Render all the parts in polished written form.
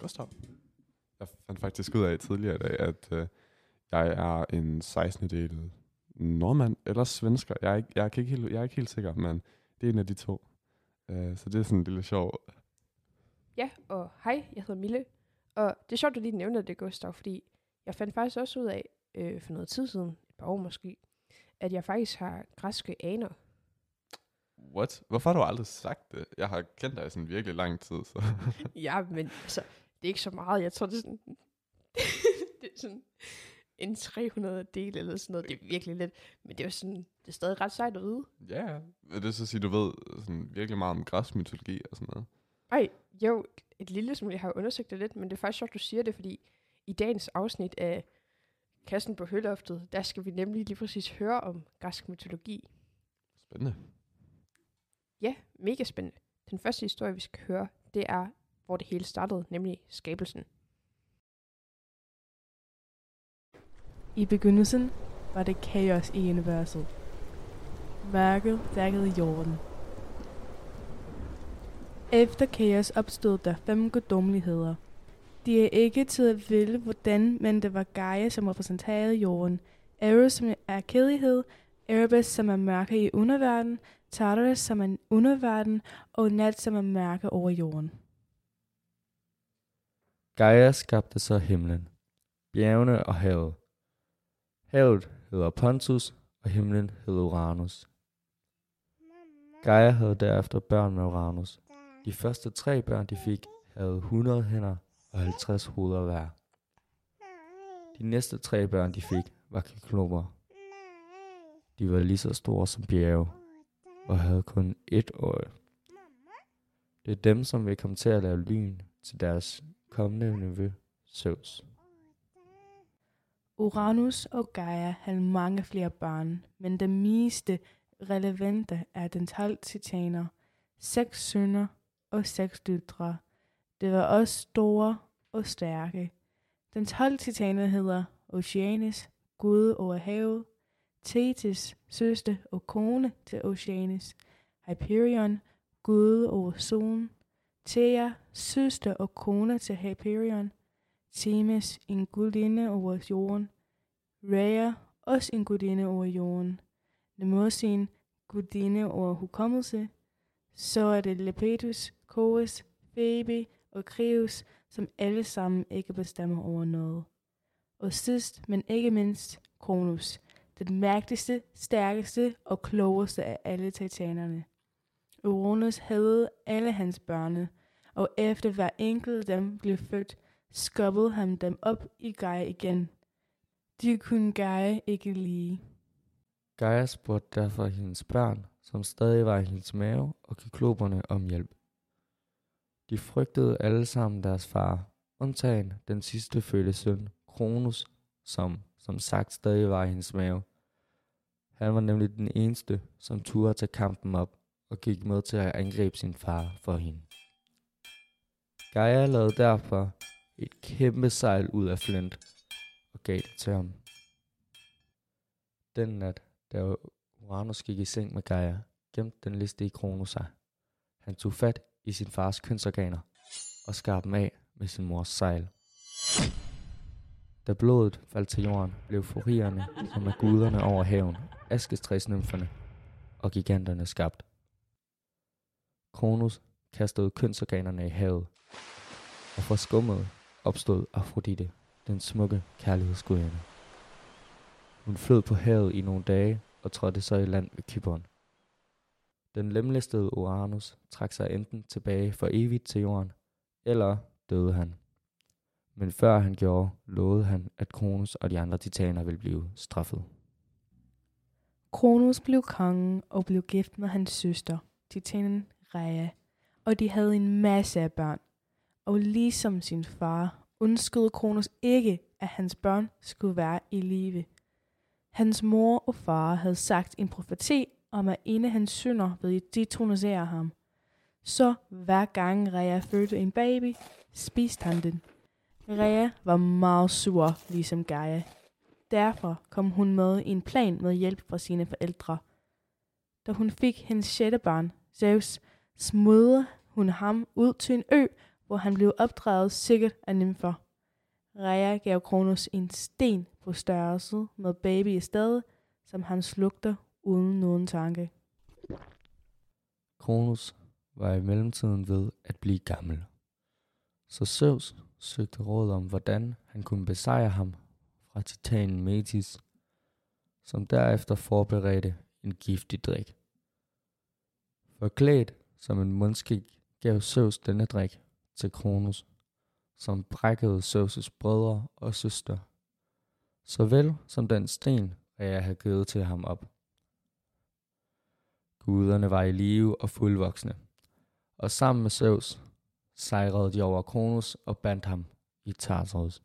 Gustav. Jeg fandt faktisk ud af tidligere i dag, at jeg er en 16. del nordmand eller svensker. Jeg er ikke helt sikker, men det er en af de to. Så det er sådan en lille sjov. Ja, og hej, jeg hedder Mille. Og det er sjovt, du lige nævner det, Gustav, fordi jeg fandt faktisk også ud af, for noget tid siden, et par år måske, at jeg faktisk har græske aner. What? Hvorfor har du aldrig sagt det? Jeg har kendt dig i sådan virkelig lang tid, så. Ja, men altså, det er ikke så meget. Jeg tror, det er sådan, det er sådan en 300 del eller sådan noget. Det er virkelig lidt, men det er jo sådan, det er stadig ret sejt at vide. Ja, vil det så sige, du ved sådan virkelig meget om græsk mytologi og sådan noget? Ej, jo, et lille, som jeg har undersøgt det lidt, men det er faktisk sjovt, du siger det, fordi i dagens afsnit af Kassen på Høloftet, der skal vi nemlig lige præcis høre om græsk mytologi. Spændende. Ja, mega spændende. Den første historie, vi skal høre, det er, hvor det hele startede, nemlig skabelsen. I begyndelsen var det kaos i universet. Mørket dækkede jorden. Efter kaos opstod der 5 guddommeligheder. De er ikke til at vælge hvordan, men det var Gaia, som repræsenterede jorden, Eros, som er kærlighed, Erebus, som er mørke i underverden, Tartarus, som er underverden, og Nat, som er mørke over jorden. Gaia skabte så himlen, bjergene og havet. Havet hedder Pontus, og himlen hed Uranus. Gaia havde derefter børn med Uranus. De første 3 børn, de fik, havde 100 hænder og 50 hoveder hver. De næste 3 børn, de fik, var kykloper. De var lige så store som bjerge, og havde kun 1 øje. Det er dem, som vil komme til at lave lyn til deres kommende nevø, Zeus. Uranus og Gaia havde mange flere børn, men det mest relevante er den 12 titaner, 6 sønner og 6 døtre. Det var også store og stærke. Den 12 titaner hedder Oceanus, gud over havet, Thetis, søster og kone til Oceanus, Hyperion, gud over solen, Thea, søster og kone til Hyperion, Themis, en gudinde over jorden, Rhea, også en gudinde over jorden, Mnemosyne, gudinde over hukommelse, så er det Lepidus, Chorus, Phoebe og Kreus, som alle sammen ikke bestemmer over noget. Og sidst, men ikke mindst, Kronos, den mægtigste, stærkeste og klogeste af alle titanerne. Uranus havde alle hans børn, og efter hver enkelt af dem blev født, skubbede han dem op i Gaia igen. De kunne Gaia ikke lide. Gaia spurgte derfor hendes børn, som stadig var i hendes mave, og kykloperne om hjælp. De frygtede alle sammen deres far, undtagen den sidste fødte søn, Kronos, som sagt stadig var i hendes mave. Han var nemlig den eneste, som turde tage kampen op og gik med til at angribe sin far for hende. Gaia lavede derfor et kæmpe sejl ud af flint og gav det til ham. Den nat, da Uranus gik i seng med Gaia, gemte den listige Kronos sig. Han tog fat i sin fars kønsorganer og skar dem af med sin mors sejl. Da blodet faldt til jorden, blev furierne, som er guderne over haven, askestræsnymferne og giganterne skabt. Kronos kastede kønsorganerne i havet, og fra skummet opstod Afrodite, den smukke kærlighedsgudinde. Hun flød på havet i nogle dage og trådte så i land ved Cypern. Den lemlæstede Uranus trak sig enten tilbage for evigt til jorden, eller døde han. Men før han gjorde, lovede han, at Kronos og de andre titaner ville blive straffet. Kronos blev konge og blev gift med hans søster, titanen Rhea, og de havde en masse af børn. Og ligesom sin far, ønskede Kronos ikke, at hans børn skulle være i live. Hans mor og far havde sagt en profeti om, at en af hans sønner ville detronisere ham. Så hver gang Rhea fødte en baby, spiste han den. Rhea var meget sur, ligesom Gaia. Derfor kom hun med i en plan med hjælp fra sine forældre. Da hun fik hendes 6. barn, Zeus, smuddede hun ham ud til en ø, hvor han blev opdraget sikkert af nymfer. Rhea gav Kronos en sten på størrelse med baby i stedet, som han slugter uden nogen tanke. Kronos var i mellemtiden ved at blive gammel. Så Zeus søgte råd om, hvordan han kunne besejre ham fra titanen Metis, som derefter forberedte en giftig drik. Forklædt som en mundskik gav Zeus denne drik til Kronos, som brækkede Zeus' brødre og søster, såvel som den sten, Rhea havde givet til ham op. Guderne var i live og fuldvoksne, og sammen med Zeus sejrede de over Kronos og bandt ham i Tartarus.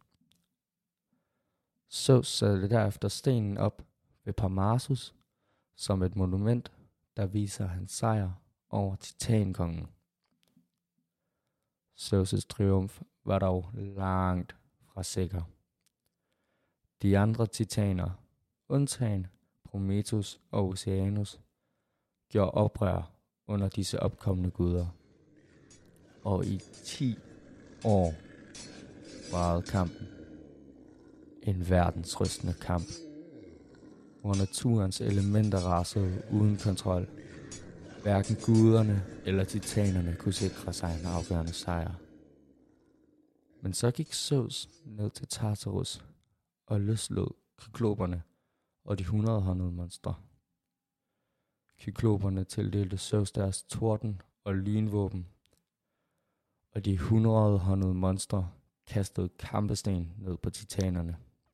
Zeus satte derefter stenen op ved Parnassus som et monument, der viser hans sejr over titankongen. Zeus' triumf var dog langt fra sikker. De andre titaner, undtagen Prometheus og Oceanus, gjorde oprør under disse opkommende guder. Og i 10 år varede kampen. En verdensrystende kamp, hvor naturens elementer rasede uden kontrol. Hverken guderne eller titanerne kunne sikre sig en afgørende sejr. Men så gik Zeus ned til Tartarus og løslod kykloperne og de 100-håndede monstre. Kykloperne tildelte Zeus deres torden og lynvåben, og de 100-håndede monstre kastede kampesten ned på titanerne.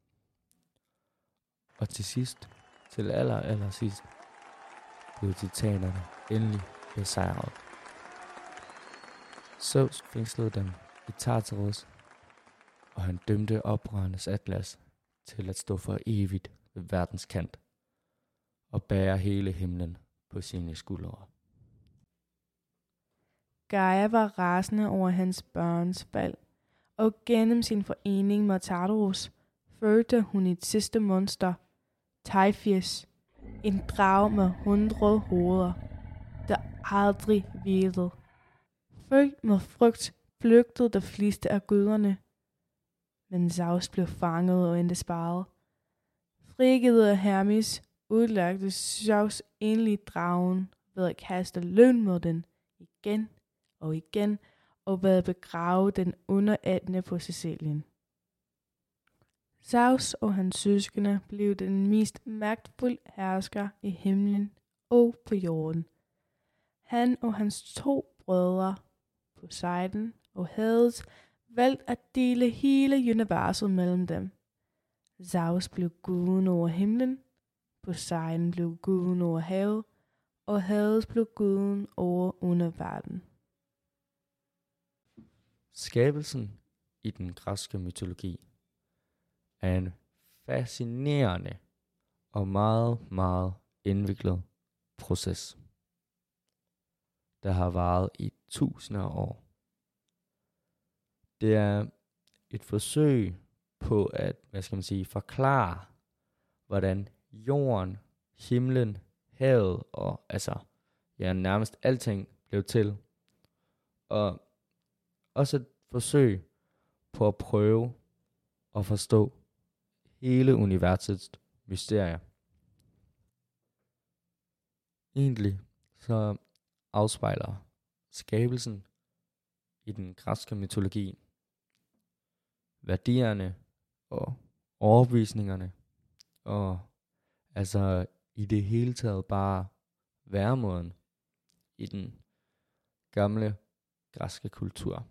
Og til sidst, til allersidst, blev titanerne endelig besejret. Zeus fængslede dem i Tartarus, og han dømte oprørernes Atlas til at stå for evigt ved verdens kant og bære hele himlen på sine skuldre. Gaia var rasende over hans børns fald, og gennem sin forening med Tartarus fødte hun et sidste monster, Typhus, en drage med 100 hoveder, der aldrig hvilede. Fyldt med frygt flygtede de fleste af guderne, men Zeus blev fanget og endte sparet. Frigivet af Hermes udlagte Zeus endelig dragen ved at kaste løn mod den igen og ved at begrave den under Ætna på Sicilien. Zeus og hans søskende blev den mest magtfulde hersker i himlen og på jorden. Han og hans 2 brødre, Poseidon og Hades, valgte at dele hele universet mellem dem. Zeus blev guden over himlen, Poseidon blev guden over havet, og Hades blev guden over underverden. Skabelsen i den græske mytologi er en fascinerende og meget, meget indviklet proces, der har varet i tusinder af år. Det er et forsøg på at, forklare, hvordan jorden, himlen, havet og nærmest alting blev til. Og også et forsøg på at prøve at forstå hele universets mysterier. Egentlig så afspejler skabelsen i den græske mytologi værdierne og overbevisningerne og i det hele taget bare væremåden i den gamle græske kultur.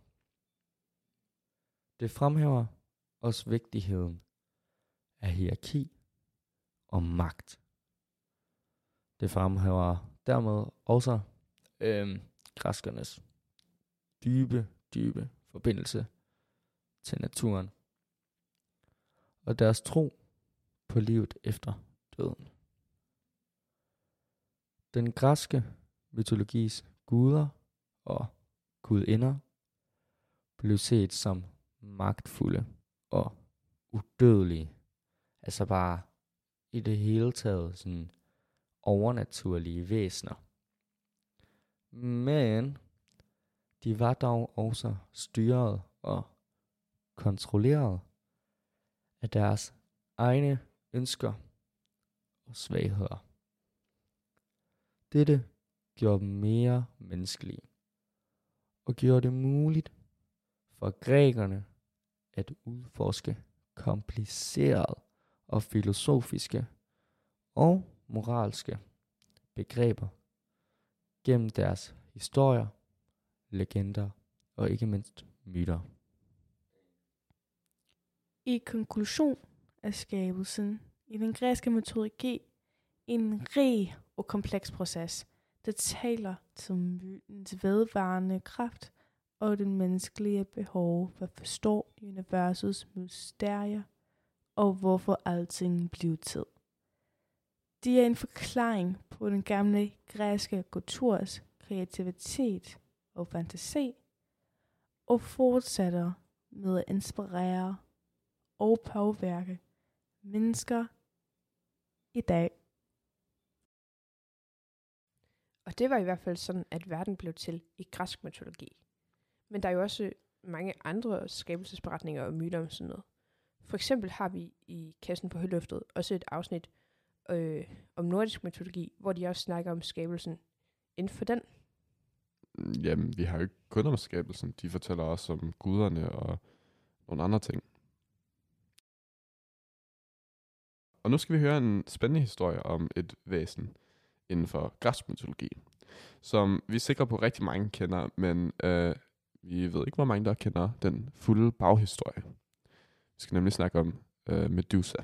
Det fremhæver også vigtigheden af hierarki og magt. Det fremhæver dermed også græskernes dybe forbindelse til naturen og deres tro på livet efter døden. Den græske mytologis guder og gudinder blev set som magtfulde og udødelige. Bare i det hele taget sådan overnaturlige væsener. Men De var dog også styret og kontrolleret af deres egne ønsker og svagheder. Dette gjorde dem mere menneskelige og gjorde det muligt for grækerne at udforske komplicerede og filosofiske og moralske begreber gennem deres historier, legender og ikke mindst myter. I konklusion af skabelsen i den græske mytologi en rig og kompleks proces, der taler til mytens vedvarende kraft og den menneskelige behov for at forstå universets mysterier og hvorfor alting blev til. De er en forklaring på den gamle græske kulturs kreativitet og fantasi, og fortsætter med at inspirere og påvirke mennesker i dag. Og det var i hvert fald sådan, at verden blev til i græsk mytologi. Men der er jo også mange andre skabelsesberetninger og myter om sådan noget. For eksempel har vi i Kassen på Høløftet også et afsnit om nordisk mytologi, hvor de også snakker om skabelsen inden for den. Jamen, vi har jo ikke kun om skabelsen. De fortæller også om guderne og nogle andre ting. Og nu skal vi høre en spændende historie om et væsen inden for græsk mytologi, som vi er sikre på rigtig mange kender, men vi ved ikke, hvor mange der kender den fulde baghistorie. Vi skal nemlig snakke om Medusa.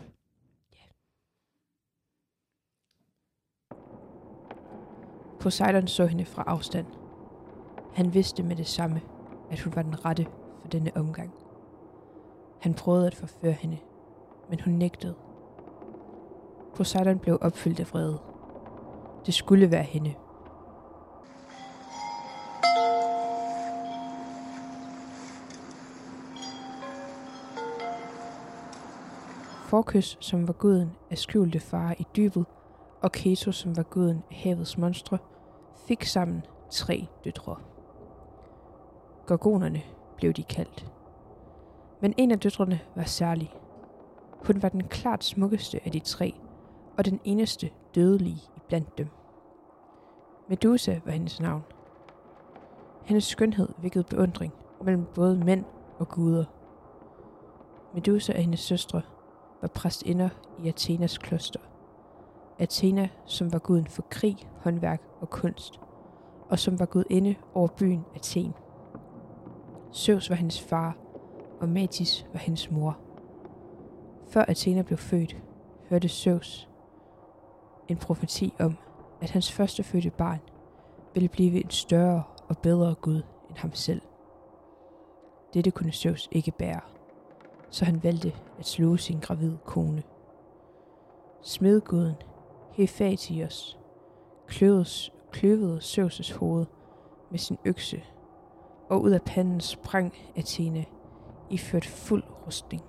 Poseidon så hende fra afstand. Han vidste med det samme, at hun var den rette for denne omgang. Han prøvede at forføre hende, men hun nægtede. Poseidon blev opfyldt af vrede. Det skulle være hende. Forkys, som var guden af skjulte farer i dybet, og Keto, som var guden af havets monstre, fik sammen 3 døtre. Gorgonerne blev de kaldt. Men en af døtrene var særlig. Hun var den klart smukkeste af de 3, og den eneste dødelige iblandt dem. Medusa var hendes navn. Hendes skønhed vækkede beundring mellem både mænd og guder. Medusa og hendes søstre var præstinder i Athenas kloster. Athena, som var guden for krig, håndværk og kunst, og som var gudinde over byen Athen. Zeus var hendes far, og Metis var hendes mor. Før Athena blev født, hørte Zeus en profeti om, at hans førstefødte barn ville blive en større og bedre gud end ham selv. Dette kunne Zeus ikke bære, så han valgte at sluge sin gravide kone. Smedguden Hephaestos kløvede Zeus' hoved med sin økse, og ud af panden sprang Athena iført fuld rustning.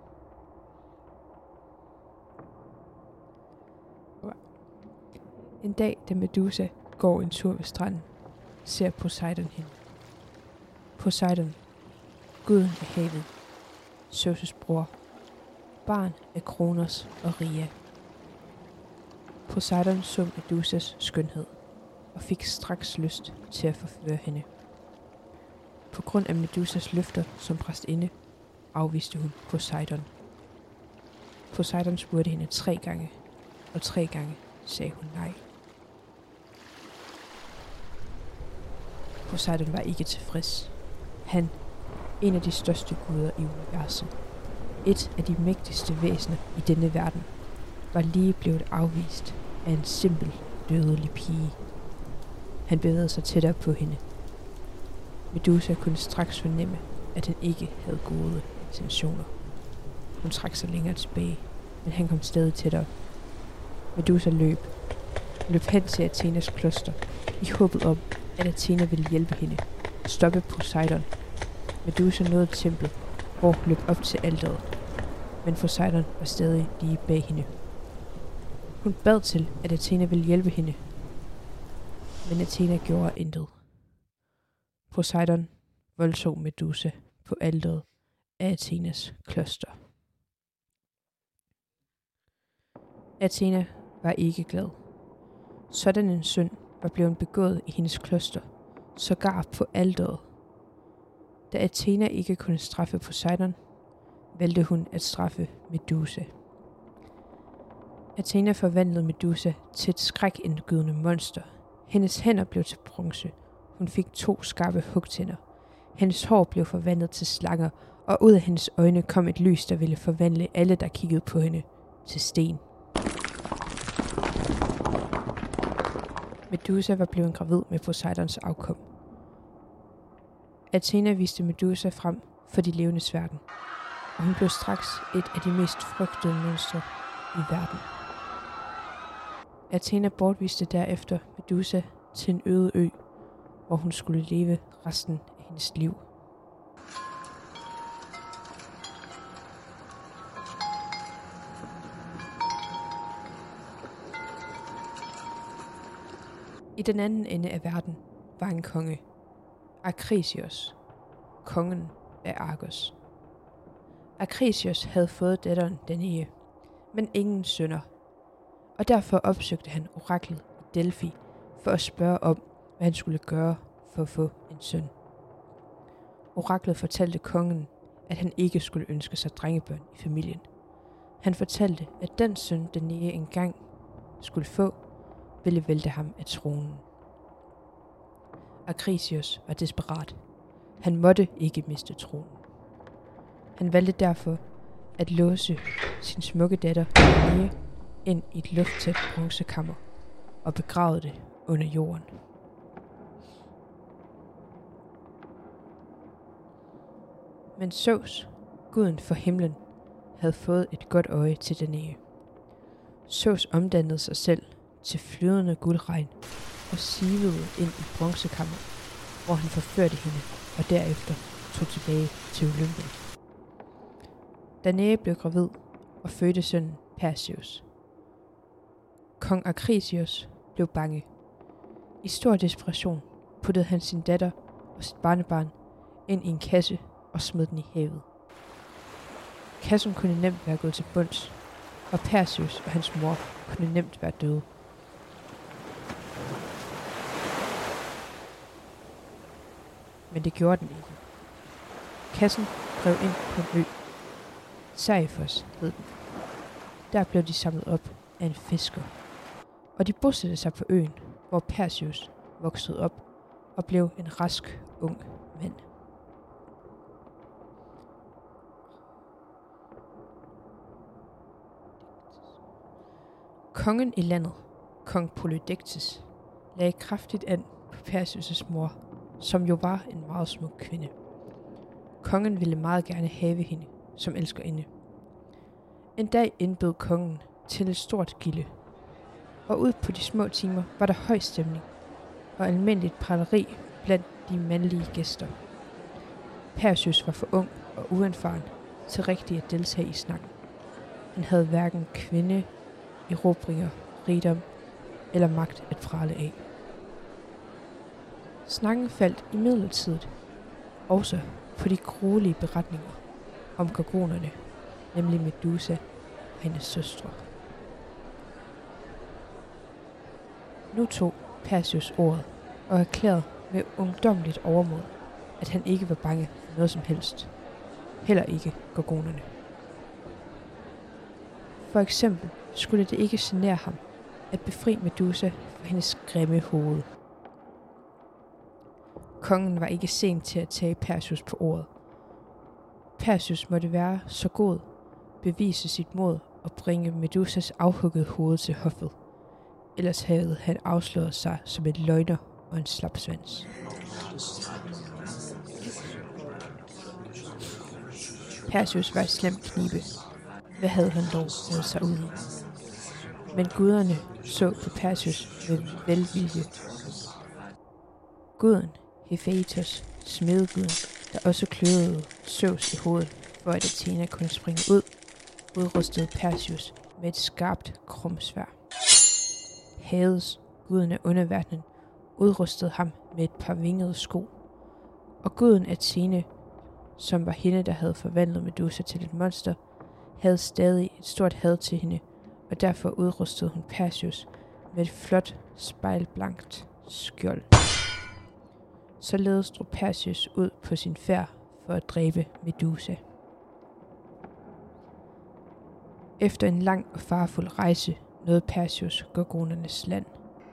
En dag, da Medusa går en tur ved stranden, ser Poseidon hende. Poseidon, guden af havet, Zeus' bror, barn af Kronos og Rhea. Poseidon så Medusas skønhed og fik straks lyst til at forføre hende. På grund af Medusas løfter som præstinde, afviste hun Poseidon. Poseidon spurgte hende 3 gange, og 3 gange sagde hun nej. Poseidon var ikke tilfreds. Han, en af de største guder i universet, et af de mægtigste væsener i denne verden, var lige blevet afvist af en simpel, dødelig pige. Han bevægede sig tættere på hende. Medusa kunne straks fornemme, at han ikke havde gode intentioner. Hun trak sig længere tilbage, men han kom stadig tættere. Medusa løb hen til Athenas kloster, i håbet om, at Athena ville hjælpe hende og stoppe Poseidon. Medusa nåede templet, hvor hun løb op til alteret, men Poseidon var stadig lige bag hende. Hun bad til, at Athena ville hjælpe hende, men Athena gjorde intet. Poseidon voldtog Medusa på alteret af Athenas kloster. Athena var ikke glad. Sådan en synd var blevet begået i hendes kloster, sågar på alteret. Da Athena ikke kunne straffe Poseidon, valgte hun at straffe Medusa. Athena forvandlede Medusa til et skrækindgydende monster. Hendes hænder blev til bronze. Hun fik 2 skarpe hugtænder. Hendes hår blev forvandlet til slanger, og ud af hendes øjne kom et lys, der ville forvandle alle, der kiggede på hende, til sten. Medusa var blevet gravid med Poseidons afkom. Athena viste Medusa frem for de levendes verden, og hun blev straks et af de mest frygtede monstre i verden. Athena bortviste derefter Medusa til en øde ø, hvor hun skulle leve resten af hendes liv. I den anden ende af verden var en konge, Akrisios, kongen af Argos. Akrisios havde fået datteren Danae, men ingen sønner, og derfor opsøgte han oraklet i Delphi for at spørge om, hvad han skulle gøre for at få en søn. Oraklet fortalte kongen, at han ikke skulle ønske sig drengebørn i familien. Han fortalte, at den søn, Danae engang skulle få, ville vælte ham af tronen. Akrisios var desperat. Han måtte ikke miste tronen. Han valgte derfor at låse sin smukke datter Danae ind i et lufttæt bronzekammer og begravede det under jorden. Men Zeus, guden for himlen, havde fået et godt øje til Danae. Zeus omdannede sig selv til flydende guldregn og sivede ind i bronzekammer, hvor han forførte hende og derefter tog tilbage til Olympien. Danae blev gravid og fødte sønnen Perseus. Kong Akrisios blev bange. I stor desperation puttede han sin datter og sit barnebarn ind i en kasse og smed den i havet. Kassen kunne nemt være gået til bunds, og Perseus og hans mor kunne nemt være døde. Men det gjorde den ikke. Kassen drev ind på en ø. Seriphos hed den. Der blev de samlet op af en fisker, og de bosatte sig på øen, hvor Perseus voksede op og blev en rask, ung mand. Kongen i landet, kong Polydectes, lagde kraftigt an på Perseus' mor, som jo var en meget smuk kvinde. Kongen ville meget gerne have hende som elskerinde. En dag indbød kongen til et stort gilde, og ud på de små timer var der høj stemning og almindeligt praleri blandt de mandlige gæster. Perseus var for ung og uerfaren til rigtigt at deltage i snakken. Han havde hverken kvinde, erobringer, rigdom eller magt at prale af. Snakken faldt imidlertid også på de gruelige beretninger om gorgonerne, nemlig Medusa og hendes søstre. Nu tog Perseus ordet og erklærede med ungdommeligt overmod, at han ikke var bange for noget som helst. Heller ikke gorgonerne. For eksempel skulle det ikke genere ham at befri Medusa fra hendes grimme hoved. Kongen var ikke sen til at tage Perseus på ordet. Perseus måtte være så god, bevise sit mod og bringe Medusas afhuggede hoved til hoffet. Ellers havde han afsløret sig som en løgner og en slapsvans. Perseus var et slemt knibe. Hvad havde han dog været sig ud i? Men guderne så på Perseus med velvilje. Guden Hephaestos, smedeguden, der også kløede Zeus i hovedet, for at Athena kunne springe ud, udrustede Perseus med et skarpt krumsværd. Hades, guden af underverdenen, udrustede ham med et par vingede sko, Og guden Athene, som var hende, der havde forvandlet Medusa til et monster, havde stadig et stort had til hende, og derfor udrustede hun Perseus med et flot, spejlblankt skjold. Således drog Perseus ud på sin færd for at dræbe Medusa. Efter en lang og farefuld rejse nåede Perseus gorgonernes land.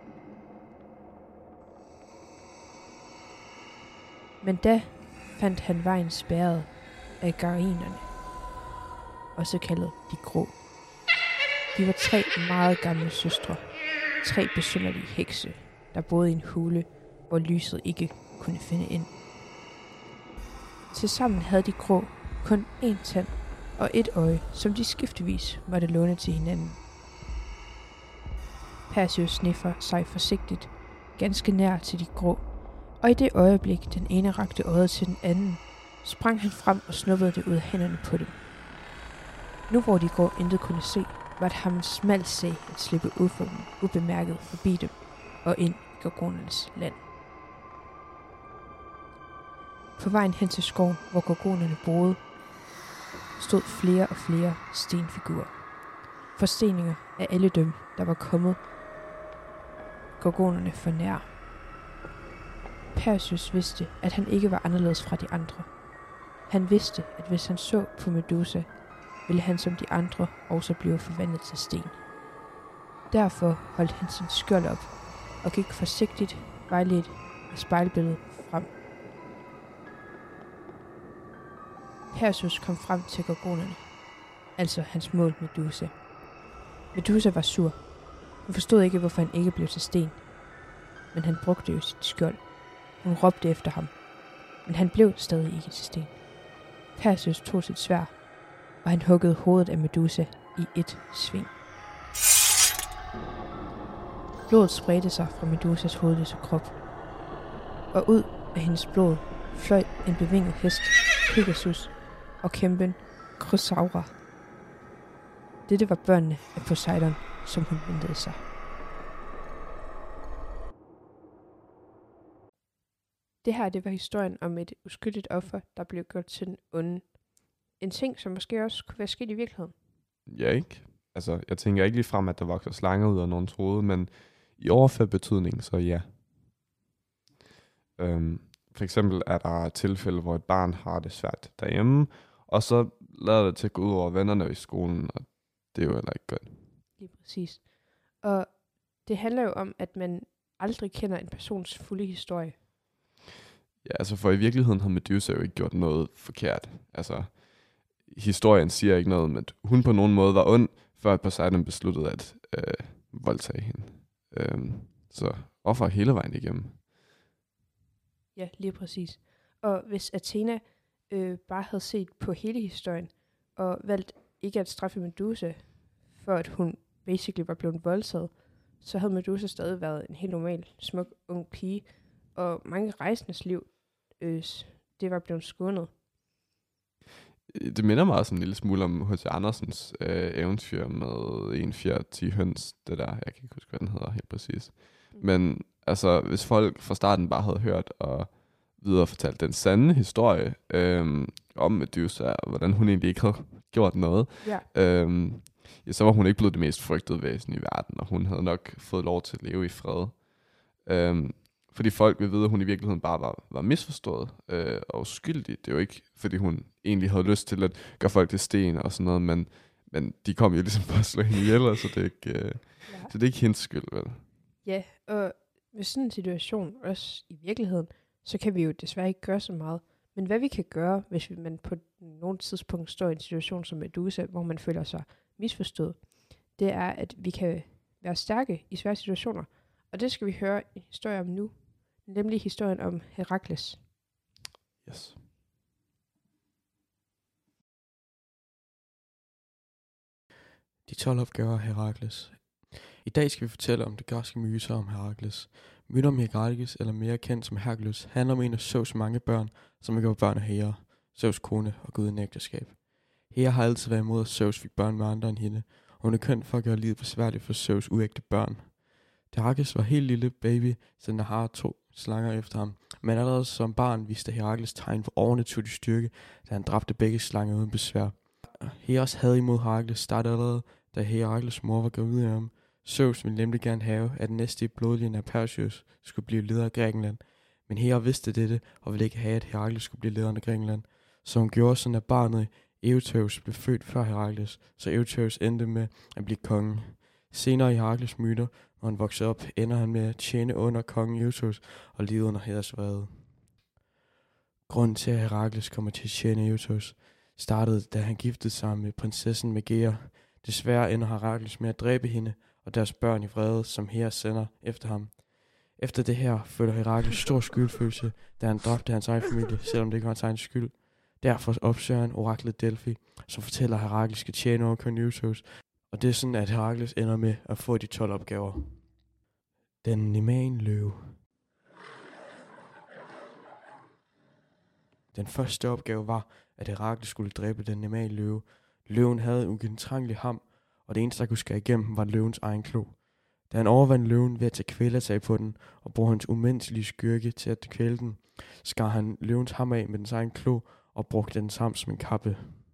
Men da fandt han vejen spærret af garinerne, også kaldet de grå. De var 3 meget gamle søstre, 3 besynderlige hekse, der boede i en hule, hvor lyset ikke kunne finde ind. Tilsammen havde de grå kun 1 tand og 1 øje, som de skiftevis måtte låne til hinanden. Perseus sniffer sig forsigtigt ganske nær til de grå, og i det øjeblik den ene rakte øjet til den anden, sprang han frem og snuppede det ud af hænderne på dem. Nu hvor de grå intet kunne se, var det ham en smal sag at slippe ubemærket forbi dem og ind i gorgonernes land. På vejen hen til skoven, hvor gorgonerne boede, stod flere og flere stenfigurer. Forsteninger af alle dem, der var kommet gorgonerne for nær. Perseus vidste, at han ikke var anderledes fra de andre. Han vidste, at hvis han så på Medusa, ville han som de andre også blive forvandlet til sten. Derfor holdt han sin skjold op og gik forsigtigt vejledt af spejlbilledet frem. Perseus kom frem til gorgonerne, altså hans mål Medusa. Medusa var sur. Hun forstod ikke, hvorfor han ikke blev til sten. Men han brugte jo sit skjold. Hun råbte efter ham, men han blev stadig ikke til sten. Perseus tog sit sværd, og han huggede hovedet af Medusa i et sving. Blodet spredte sig fra Medusas hovedløse krop, og ud af hendes blod fløj en bevinget hest, Pegasus, og kæmpen Chrysaora. Dette var børnene af Poseidon, som hun ventede sig. Det her, det var historien om et uskyldigt offer, der blev gjort til den onde. En ting, som måske også kunne være sket i virkeligheden. Ja, ikke? Altså, jeg tænker ikke lige frem, at der vokser slanger ud af nogen troede, men i overført betydning, så ja. For eksempel er der tilfælde, hvor et barn har det svært derhjemme, og så lader det til at gå ud over vennerne i skolen, og det er jo heller ikke godt. Lige præcis. Og det handler jo om, at man aldrig kender en persons fulde historie. Ja, altså for i virkeligheden har Medusa jo ikke gjort noget forkert. Altså, historien siger ikke noget, men hun på nogen måde var ond, før Poseidon besluttede at voldtage hende. Så offer hele vejen igennem. Ja, lige præcis. Og hvis Athena bare havde set på hele historien, og valgt ikke at straffe Medusa, for at hun basically var blevet voldtaget, så havde Medusa stadig været en helt normal, smuk, ung pige, og mange rejsendes liv, det var blevet skånet. Det minder mig også en lille smule om H.C. Andersens eventyr med 1 fjerde 10 høns, det der, jeg kan ikke huske, hvad den hedder helt præcis. Men altså, hvis folk fra starten bare havde hørt og videre fortalt den sande historie om Medusa, og hvordan hun egentlig ikke havde gjort noget, ja, så var hun ikke blevet det mest frygtede væsen i verden, og hun havde nok fået lov til at leve i fred. Fordi folk vil vide, at hun i virkeligheden bare var misforstået og uskyldig. Det er jo ikke, fordi hun egentlig havde lyst til at gøre folk til sten og sådan noget, men de kom jo ligesom bare at slå hende ihjel, så det er ikke, så det er ikke hendes skyld, vel? Ja, og med sådan en situation, også i virkeligheden, så kan vi jo desværre ikke gøre så meget. Men hvad vi kan gøre, hvis man på nogle tidspunkt står i en situation som Medusa, hvor man føler sig misforstået, det er, at vi kan være stærke i svære situationer. Og det skal vi høre en historie om nu, nemlig historien om Herakles. Yes. De 12 opgaver af Herakles. I dag skal vi fortælle om det græske myter om Herakles. Myten om Herakles, eller mere kendt som Herkules, handler om en af Zeus' mange børn, som ikke var børn af Hera, Zeus' kone og guden ægteskab. Hera har altid været imod, at Zeus fik børn med andre end hende, og hun er kendt for at gøre livet besværligt for Zeus' uægte børn. Herakles var helt lille baby, så den har 2 slanger efter ham. Men allerede som barn viste Herakles tegn for overnaturlig styrke, da han dræbte begge slanger uden besvær. Heras had imod Herakles startede allerede, da Herakles mor var gravid af ham. Zeus ville nemlig gerne have, at den næste i blodlinjen af Perseus skulle blive leder af Grækenland. Men Hera vidste dette, og ville ikke have, at Herakles skulle blive lederen af Grækenland. Så hun gjorde sådan, at barnet Eoteus blev født før Herakles, så Eoteus endte med at blive konge. Senere i Herakles myter, når han voksede op, ender han med at tjene under kongen Eoteus og lide under Heras vrede. Grunden til, at Herakles kommer til at tjene Eoteus, startede, da han giftede sig med prinsessen Megara. Desværre ender Herakles med at dræbe hende og deres børn i vrede, som Hera sender efter ham. Efter det her føler Herakles stor skyldfølelse, da han dræbte hans egen familie, selvom det ikke var hans egen skyld. Derfor opsøger han oraklet Delphi, som fortæller, at Herakles skal tjene over kong Eoteus, og det er sådan, at Herakles ender med at få de 12 opgaver. Den Nemean løve. Den første opgave var, at Herakles skulle dræbe den Nemean løve. Løven havde en ugennemtrængelig ham, og det eneste, der kunne skære igennem, var løvens egen klo. Da han overvandt løven ved at tage kvælertag på den, og bruge hans umenneskelige styrke til at kvæle den, skar han løvens ham af med dens egen klo, og brugte den sammen som en kappe.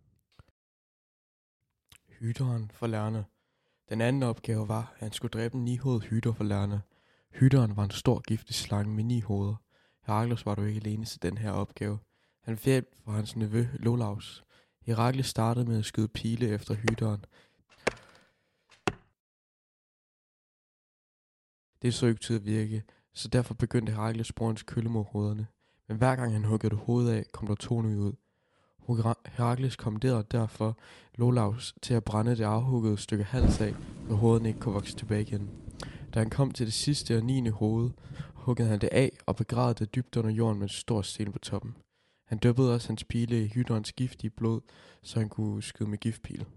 Hyderen for Lerne. Den anden opgave var, at han skulle dræbe en 9-hovedet hyder for Lerne. Hyderen var en stor giftig slange med 9 hoveder. Herakles var dog ikke alene til den her opgave. Han fik hjælp fra hans nevø Iolaus. Herakles startede med at skyde pile efter hyderen. Det så ikke til at virke, så derfor begyndte Herakles at bruge hans kølle mod hovederne. Men hver gang han huggede det hoved af, kom der 2 nye ud. Herakles kommanderede derfor Iolaus til at brænde det afhuggede stykke hals af, så hovederne ikke kunne vokse tilbage igen. Da han kom til det sidste og 9. hoved, huggede han det af og begravede det dybt under jorden med en stor sten på toppen. Han dyppede også hans pile i hyderens giftige blod, så han kunne skyde med giftpil.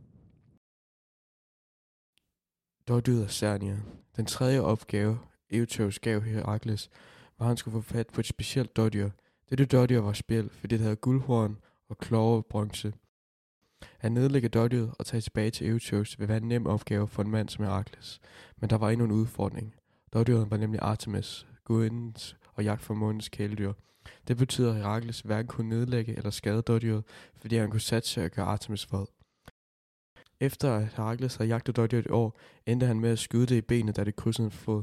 Dådyret af Cernia. Den tredje opgave, Eoteus gav Herakles, var, at han skulle få fat på et specielt dådyr. Dette dådyr var spjæld, fordi det havde guldhorn og klove og bronze. At nedlægge dådyret og tage tilbage til Eoteus vil være en nem opgave for en mand som Herakles. Men der var endnu en udfordring. Dådyret var nemlig Artemis, gudindens og jagt for månens kæledyr. Det betyder, at Herakles hverken kunne nedlægge eller skade dådyret, fordi han kunne satse og gøre Artemis vred. Efter at Herakles havde jagtet dådyret et år, endte han med at skyde det i benet, da det krydsede en flod.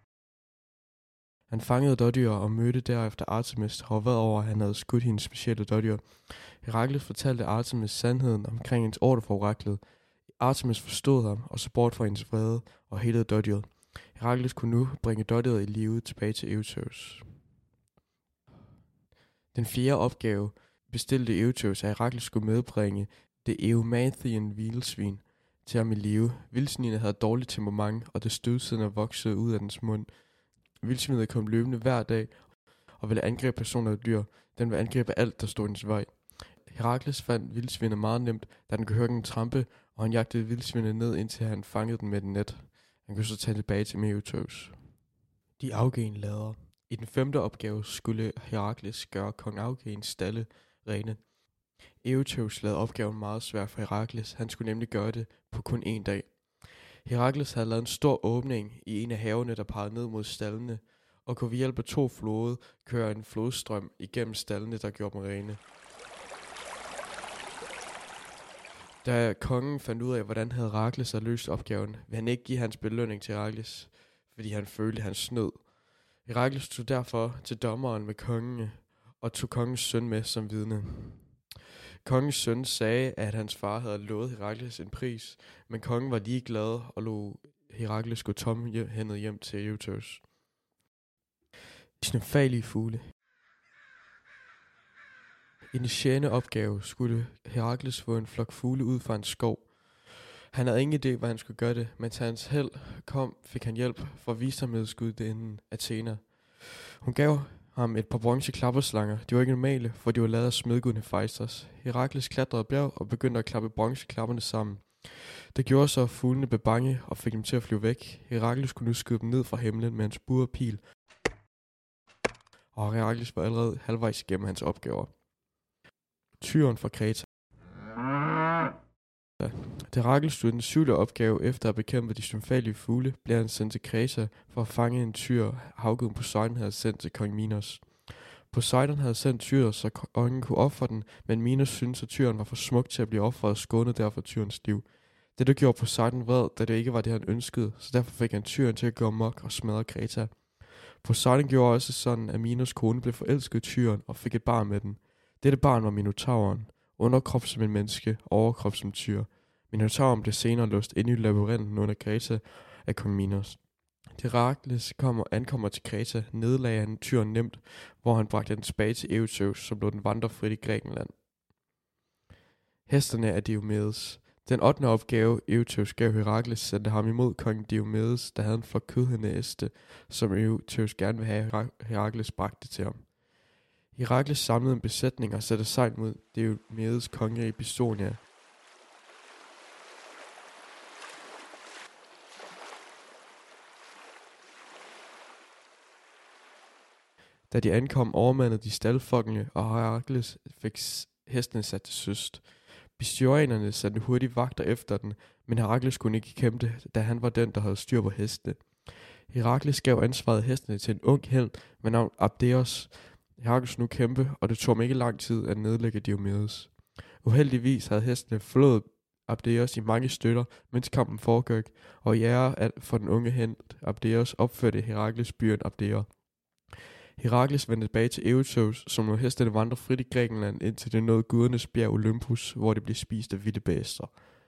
Han fangede dådyret og mødte derefter Artemis, der var vred over, at han havde skudt hendes specielle dådyr. Herakles fortalte Artemis sandheden omkring hendes ordre for oraklet. Artemis forstod ham og så bort fra hendes vrede og helede dådyret. Herakles kunne nu bringe dådyret i live tilbage til Eoteus. Den 4. opgave bestilte Eoteus, at Herakles skulle medbringe det Eumathian vildsvin til ham i live. Vildsvinet havde dårligt temperament, og det stødsiddende voksede ud af dens mund. Vildsvinet kom løbende hver dag og ville angribe personer og dyr. Den ville angribe alt, der stod i dens vej. Herakles fandt vildsvinet meget nemt, da den kunne høre den trampe, og han jagtede vildsvinet ned, indtil han fangede den med et net. Han kunne så tage tilbage til Eoteus. De Augean lader. I den 5. opgave skulle Herakles gøre kong Augeans stalle rene. Eoteus lavede opgaven meget svær for Herakles. Han skulle nemlig gøre det på kun 1 dag. Herakles havde lavet en stor åbning i en af havene, der pegede ned mod stallene, og kunne ved hjælp af 2 flode køre en flodstrøm igennem stallene, der gjorde dem rene. Da kongen fandt ud af, hvordan Herakles havde løst opgaven, ville han ikke give hans belønning til Herakles, fordi han følte, han snød. Herakles tog derfor til dommeren med kongen og tog kongens søn med som vidne. Kongens søn sagde, at hans far havde lovet Herakles en pris, men kongen var ligeglad og lod Herakles gå tomhændet hjem til Eoteus. De snefaldige fugle. I den 6. opgave skulle Herakles få en flok fugle ud fra en skov. Han havde ingen idé, hvad han skulle gøre det, men til hans held kom, fik han hjælp fra visdomhedsgudinden Athena. Hun gav ham et par bronze klapperslanger. De var ikke normale, for de var lavet af smedguden Hephaistos. Herakles klatrede bjerg og begyndte at klappe bronzeklapperne sammen. Det gjorde så, at fuglene blev bange og fik dem til at flyve væk. Herakles kunne nu skyde dem ned fra himlen med hans bue og pil. Og Herakles var allerede halvvejs igennem hans opgaver. Tyren fra Kreta. Da Herakles stod den 7. opgave efter at bekæmpe de symfalige fugle, blev han sendt til Kreta for at fange en tyr, havguden Poseidon havde sendt til kong Minos. Poseidon havde sendt tyret, så kongen kunne ofre den, men Minos syntes, at tyren var for smuk til at blive offret og skånede derfor tyrens liv. Dette gjorde Poseidon vred, da det ikke var det, han ønskede, så derfor fik han tyren til at gå amok og smadre Kreta. Poseidon gjorde også sådan, at Minos' kone blev forelsket i tyren og fik et barn med den. Dette barn var Minotauren, underkrop som en menneske, overkrop som tyr. Minotauren blev senere låst inde i labyrinten under Kreta af kong Minos. Da Herakles ankommer til Kreta, nedlagde han tyren nemt, hvor han bragte den tilbage til Eutøus, som lod den vandre frit i Grækenland. Hesterne af Diomedes. Den 8. opgave, Eutøus gav Herakles, sendte ham imod kong Diomedes, der havde en flok kødhænde heste, som Eutøus gerne ville have Herakles bragte til ham. Herakles samlede en besætning og satte sejl mod Diomedes kongerige i Bistonia. Da de ankom, overmandede de staldfolkene, og Herakles fik hestene sat til søst. Bistoianerne sendte hurtigt vagter efter den, men Herakles kunne ikke kæmpe, da han var den, der havde styr på hestene. Herakles gav ansvaret af hestene til en ung helt ved navn Abderos. Herakles nu kæmpe, og det tog ham ikke lang tid at nedlægge Diomedes. Uheldigvis havde hestene flået Abderos i mange stykker, mens kampen foregik, og i ære for den unge helt Abderos opførte Herakles byen Abdera. Herakles vendte tilbage til Eutøus, som lod hestene vandre frit i Grækenland, indtil det nåede gudernes bjerg Olympus, hvor det blev spist af vilde bæster.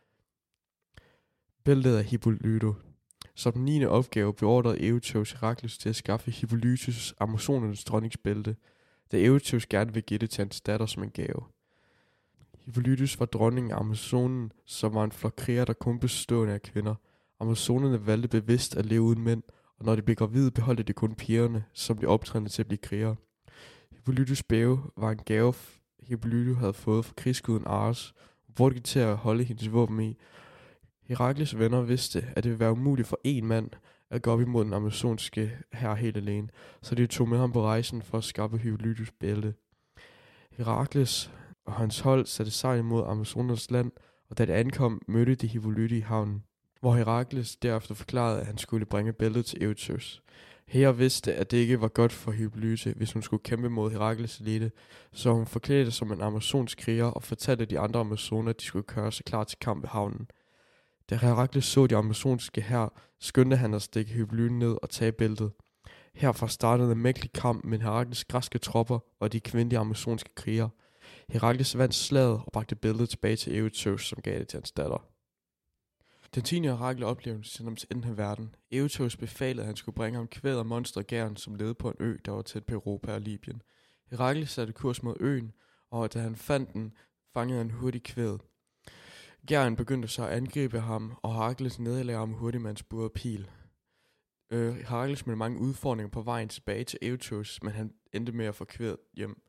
Bæltet af Hippolyto. Som den 9. opgave beordrede Eutøus Herakles til at skaffe Hippolytus Amazonernes dronningsbælte, da Eutøus gerne ville give det til hans datter som en gave. Hippolytus var dronningen af Amazonen, som var en flok krigere, der kun bestående af kvinder. Amazonerne valgte bevidst at leve uden mænd, og når de blev gravide, beholdte de kun pigerne, som blev optrænet til at blive krigere. Hippolytus bæve var en gave, Hippolytus havde fået fra krigsguden Ares, og brugte det til at holde hendes våben i. Herakles venner vidste, at det ville være umuligt for én mand at gå op imod den amazonske hær helt alene, så de tog med ham på rejsen for at skaffe Hippolytus bælte. Herakles og hans hold satte sejl mod Amazonernes land, og da det ankom, mødte de Hippolytus i havnen, hvor Herakles derefter forklarede, at han skulle bringe bæltet til Eutøus. Hera vidste, at det ikke var godt for Hippolytus, hvis hun skulle kæmpe mod Herakles elite, så hun forklædte sig som en amazonsk kriger og fortalte de andre amazoner, at de skulle køre sig klar til kamp ved havnen. Da Herakles så de amazonske hær, skyndte han at stikke Hippolytus ned og tage bæltet. Herfra startede en mægtig kamp med Herakles græske tropper og de kvindelige amazonske krigere. Herakles vandt slaget og bragte bæltet tilbage til Eutøus, som gav det til hans datter. Den 10. Herakles oplevelse sendte ham til enden af verden. Eutøus befalede, at han skulle bringe ham kvæd og monstergæren, som levede på en ø, der var tæt på Europa og Libyen. Herakles satte kurs mod øen, og da han fandt den, fangede han hurtigt kvæd. Gæren begyndte så at angribe ham, og Herakles nedlagde ham hurtigt med hans bue og pil. Herakles med mange udfordringer på vejen tilbage til Eutøus, men han endte med at få kvædet hjem.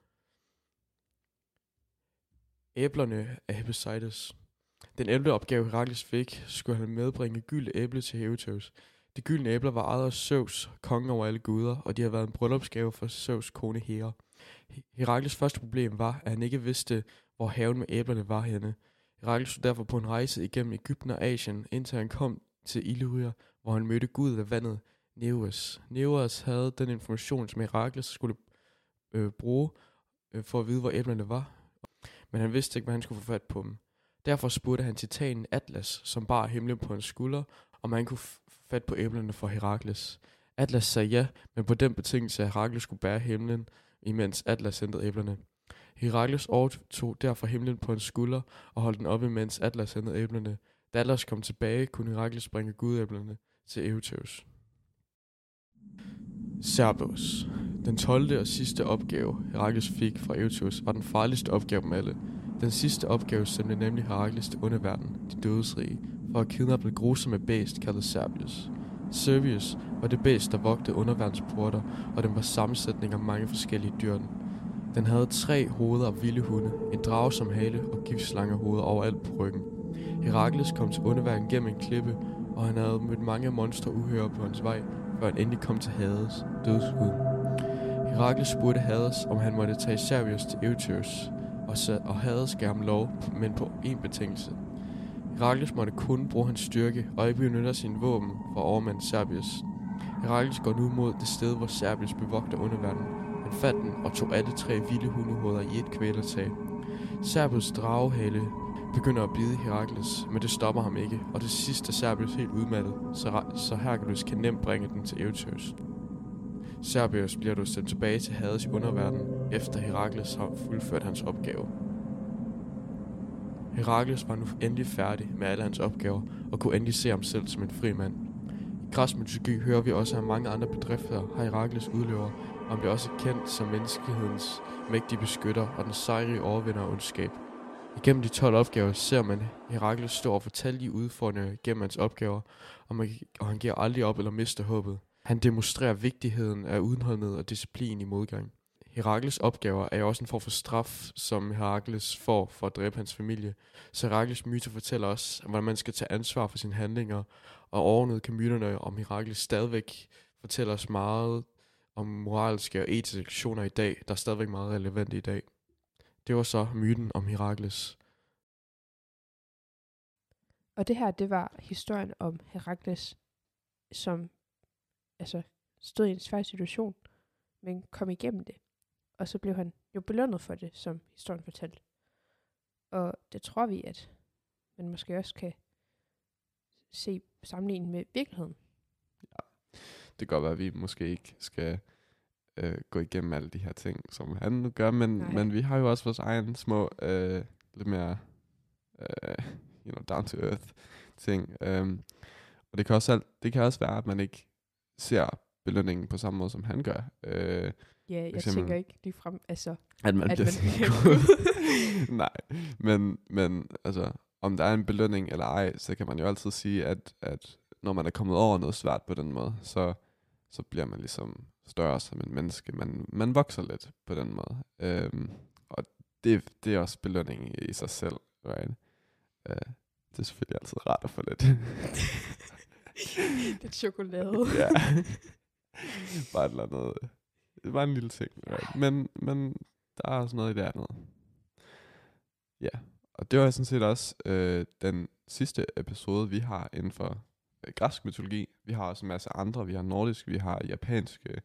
Æblerne af Hephaestus. Den 11. opgave Herakles fik, skulle han medbringe gyldne æble til Eutøus. De gyldne æbler var ejet af Zeus, kongen over alle guder, og de havde været en bryllupsgave for Zeus' kone Hera. Herakles første problem var, at han ikke vidste, hvor haven med æblerne var henne. Herakles stod derfor på en rejse igennem Egypten og Asien, indtil han kom til Illyria, hvor han mødte guden af vandet, Nereus. Nereus havde den information, som Herakles skulle bruge for at vide, hvor æblerne var, men han vidste ikke, hvad han skulle få fat på dem. Derfor spurgte han titanen Atlas, som bar himlen på en skulder, om han kunne få fat på æblerne for Herakles. Atlas sagde ja, men på den betingelse, at Herakles skulle bære himlen, imens Atlas hentede æblerne. Herakles overtog derfor himlen på en skulder og holdt den oppe, mens Atlas hentede æblerne. Da Atlas kom tilbage, kunne Herakles bringe gudæblerne til Eutøus. Cerberus. Den 12. og sidste opgave, Herakles fik fra Eutøus, var den farligste opgave dem alle. Den sidste opgave sendte nemlig Herakles til underverden, de dødsrige, for at kidnappe det grusomme bæst kaldet Cerberus. Cerberus var det bæst, der vogtede underverdens porter, og den var sammensætning af mange forskellige dyr. Den havde 3 hoveder af vilde hunde, en drage som hale og giftslangehoveder overalt på ryggen. Herakles kom til underverden gennem en klippe, og han havde mødt mange monstre uhyre på hans vej, før han endelig kom til Hades, dødsguden. Herakles spurgte Hades, om han måtte tage Cerberus til Eutøus, og Hades gav ham lov, men på en betingelse. Herakles måtte kun bruge hans styrke, og ikke benytter sine våben for at overmande Cerberus. Herakles går nu mod det sted, hvor Cerberus bevogter underverdenen. Han fandt den og tog alle 3 vilde hundehoveder i et kvælertag. Cerberus dragehale begynder at bide Herakles, men det stopper ham ikke, og det sidste er Cerberus helt udmattet, så Hercules kan nemt bringe den til Evetøs. Cerberus bliver dog sendt tilbage til Hades i underverdenen, efter Herakles har fuldført hans opgave. Herakles var nu endelig færdig med alle hans opgaver, og kunne endelig se ham selv som en fri mand. I græsk mytologi hører vi også, at mange andre bedrifter har Herakles udlever, og han bliver også kendt som menneskehedens mægtige beskytter og den sejrige overvinder af ondskab. Igennem de 12 opgaver ser man Herakles stå og fortælle de udfordringer gennem hans opgaver, og han giver aldrig op eller mister håbet. Han demonstrerer vigtigheden af udenholdenhed og disciplin i modgang. Herakles opgaver er jo også en form for straf, som Herakles får for at dræbe hans familie. Så Herakles myter fortæller os, hvordan man skal tage ansvar for sine handlinger, og overordnet kan myterne om Herakles stadigvæk fortælle os meget om moralske og etiske lektioner i dag, der er stadigvæk meget relevante i dag. Det var så myten om Herakles. Og det her, det var historien om Herakles, som stod i en svær situation, men kom igennem det. Og så blev han jo belønnet for det, som historien fortalte. Og det tror vi, at man måske også kan se sammenlignet med virkeligheden. Ja. Det kan godt være, at vi måske ikke skal gå igennem alle de her ting, som han nu gør, men vi har jo også vores egen små, lidt mere down to earth ting. Og det kan også være, at man ikke ser belønningen på samme måde, som han gør. Ja, jeg tænker ikke lige frem, at man bliver Nej, men altså, om der er en belønning eller ej, så kan man jo altid sige, at når man er kommet over noget svært på den måde, så bliver man ligesom større som en menneske. Man vokser lidt på den måde. Og det er også belønning i sig selv, right? Det er selvfølgelig altid rart at få lidt. Det er chokolade. Ja. Bare et eller andet. Det var en lille ting, right? Men der er også noget i det andet. Ja, og det var sådan set også den sidste episode, vi har inden for græsk mytologi. Vi har også en masse andre. Vi har nordisk, vi har japanske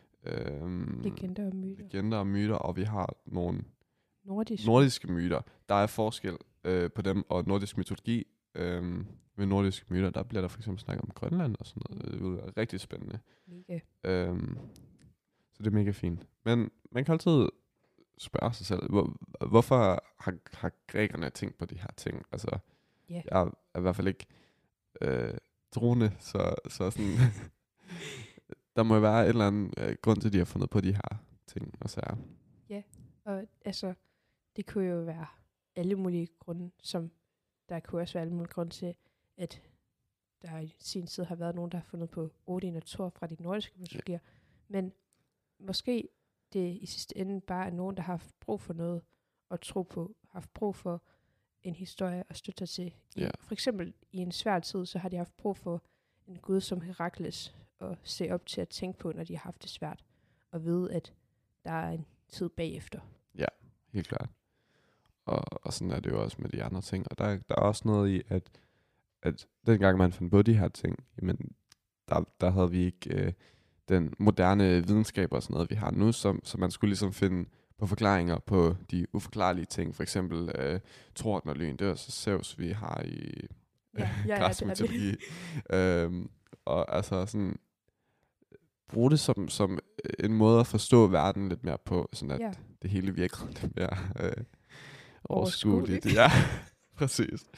legender og myter, og vi har nogle nordiske myter. Der er forskel på dem og nordisk mytologi. Med nordiske myter, der bliver der for eksempel snakket om Grønland og sådan noget. Det er rigtig spændende. Mega. Så det er mega fint. Men man kan altid spørge sig selv, hvorfor har grækerne tænkt på de her ting? Altså, jeg er i hvert fald ikke troende, så sådan, der må jo være et eller andet grund til, at de har fundet på de her ting og sager. Ja, og det kunne jo være alle mulige grunde, som der kunne også være alle mulige grunde til, at der i sin tid har været nogen, der har fundet på Odin og Thor fra de nordiske mytologier. Men måske det i sidste ende bare er nogen, der har haft brug for noget at tro på, har haft brug for en historie at støtte sig til. For eksempel i en svær tid, så har de haft brug for en gud som Herakles at se op til at tænke på, når de har haft det svært, og vide, at der er en tid bagefter. Ja, helt klart. Og sådan er det jo også med de andre ting. Og der er også noget i, at dengang man fandt på de her ting, jamen, der havde vi ikke den moderne videnskab og sådan noget, vi har nu, så man skulle ligesom finde på forklaringer på de uforklarlige ting. For eksempel torden og lyn, det er så Zeus, vi har i græsk mytologi. Og altså sådan, bruge det som en måde at forstå verden lidt mere på, sådan at det hele virker lidt mere overskueligt. Ja, præcis.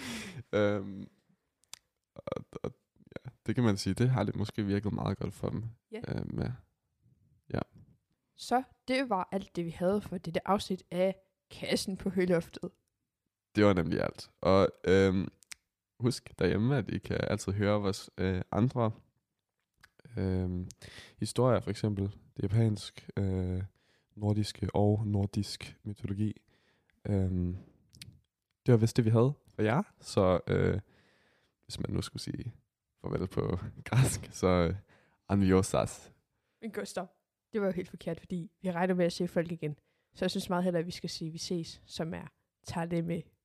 Og ja, det kan man sige, det har det måske virket meget godt for dem. Med. Ja. Så det var alt det, vi havde for dette afsnit af Kassen på Høloftet. Det var nemlig alt. Og husk derhjemme, at I kan altid høre vores andre historier, for eksempel det japansk, nordiske og nordisk mytologi. Det var vist det, vi havde for jer. Så hvis man nu skulle sige farvel på græsk, så anviosas. Men Gustav, det var jo helt forkert, fordi vi regner med at se folk igen. Så jeg synes meget hellere, at vi skal sige, at vi ses, som er tale med